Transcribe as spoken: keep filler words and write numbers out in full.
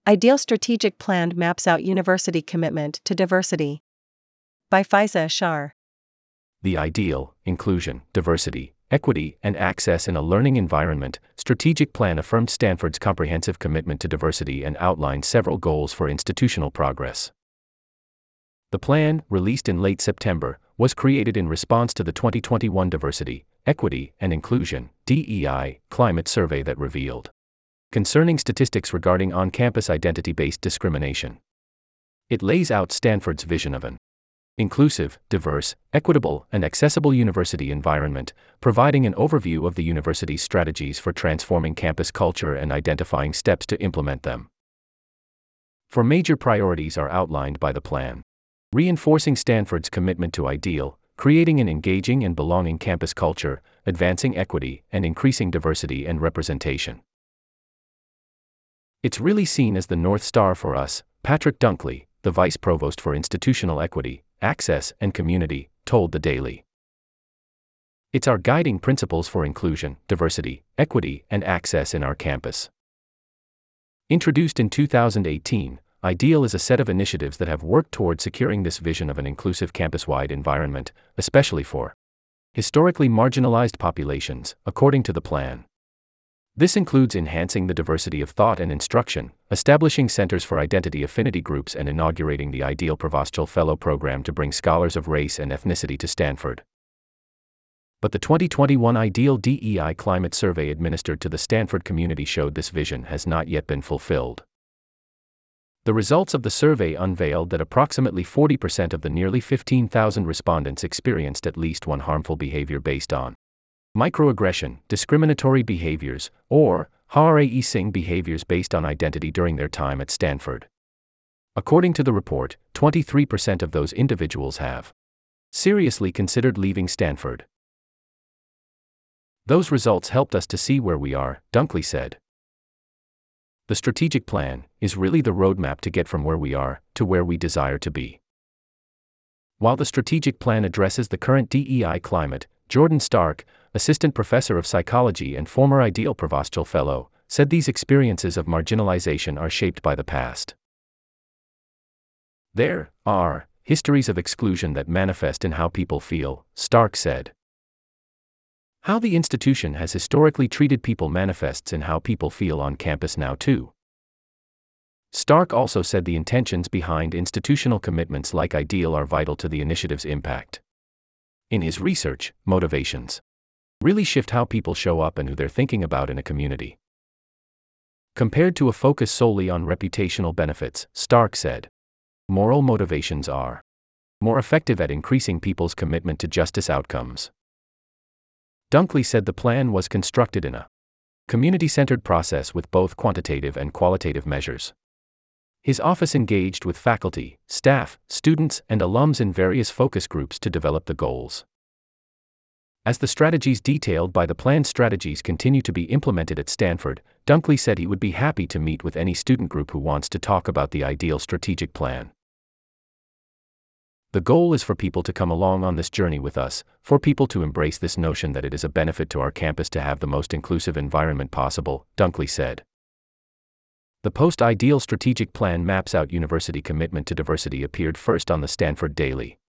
Ideal Strategic Plan Maps Out University Commitment to Diversity. By Faiza Ashar. The Ideal, Inclusion, Diversity, Equity, and Access in a Learning Environment Strategic Plan affirmed Stanford's comprehensive commitment to diversity and outlined several goals for institutional progress. The plan, released in late September, was created in response to the twenty twenty-one Diversity, Equity, and Inclusion (D E I) climate survey that revealed concerning statistics regarding on-campus identity-based discrimination. It lays out Stanford's vision of an inclusive, diverse, equitable, and accessible university environment, providing an overview of the university's strategies for transforming campus culture and identifying steps to implement them. Four major priorities are outlined by the plan: reinforcing Stanford's commitment to Ideal, creating an engaging and belonging campus culture, advancing equity, and increasing diversity and representation. It's really seen as the North Star for us, Patrick Dunkley, the Vice Provost for Institutional Equity, Access, and Community, told The Daily. It's our guiding principles for inclusion, diversity, equity, and access in our campus. Introduced in two thousand eighteen, Ideal is a set of initiatives that have worked toward securing this vision of an inclusive campus-wide environment, especially for historically marginalized populations, according to the plan. This includes enhancing the diversity of thought and instruction, establishing centers for identity affinity groups, and inaugurating the Ideal Provostial Fellow Program to bring scholars of race and ethnicity to Stanford. But the twenty twenty-one Ideal D E I climate survey administered to the Stanford community showed this vision has not yet been fulfilled. The results of the survey unveiled that approximately forty percent of the nearly fifteen thousand respondents experienced at least one harmful behavior based on microaggression, discriminatory behaviors, or harassing behaviors based on identity during their time at Stanford. According to the report, twenty-three percent of those individuals have seriously considered leaving Stanford. Those results helped us to see where we are, Dunkley said. The strategic plan is really the roadmap to get from where we are to where we desire to be. While the strategic plan addresses the current D E I climate, Jordan Stark, assistant professor of psychology and former Ideal Provostial Fellow, said these experiences of marginalization are shaped by the past. There are histories of exclusion that manifest in how people feel, Stark said. How the institution has historically treated people manifests in how people feel on campus now too. Stark also said the intentions behind institutional commitments like Ideal are vital to the initiative's impact. In his research, motivations really shift how people show up and who they're thinking about in a community. Compared to a focus solely on reputational benefits, Stark said, moral motivations are more effective at increasing people's commitment to justice outcomes. Dunkley said the plan was constructed in a community-centered process with both quantitative and qualitative measures. His office engaged with faculty, staff, students, and alums in various focus groups to develop the goals. As the strategies detailed by the plan's strategies continue to be implemented at Stanford, Dunkley said he would be happy to meet with any student group who wants to talk about the Ideal strategic plan. The goal is for people to come along on this journey with us, for people to embrace this notion that it is a benefit to our campus to have the most inclusive environment possible, Dunkley said. The post-Ideal strategic plan maps out university commitment to diversity appeared first on the Stanford Daily.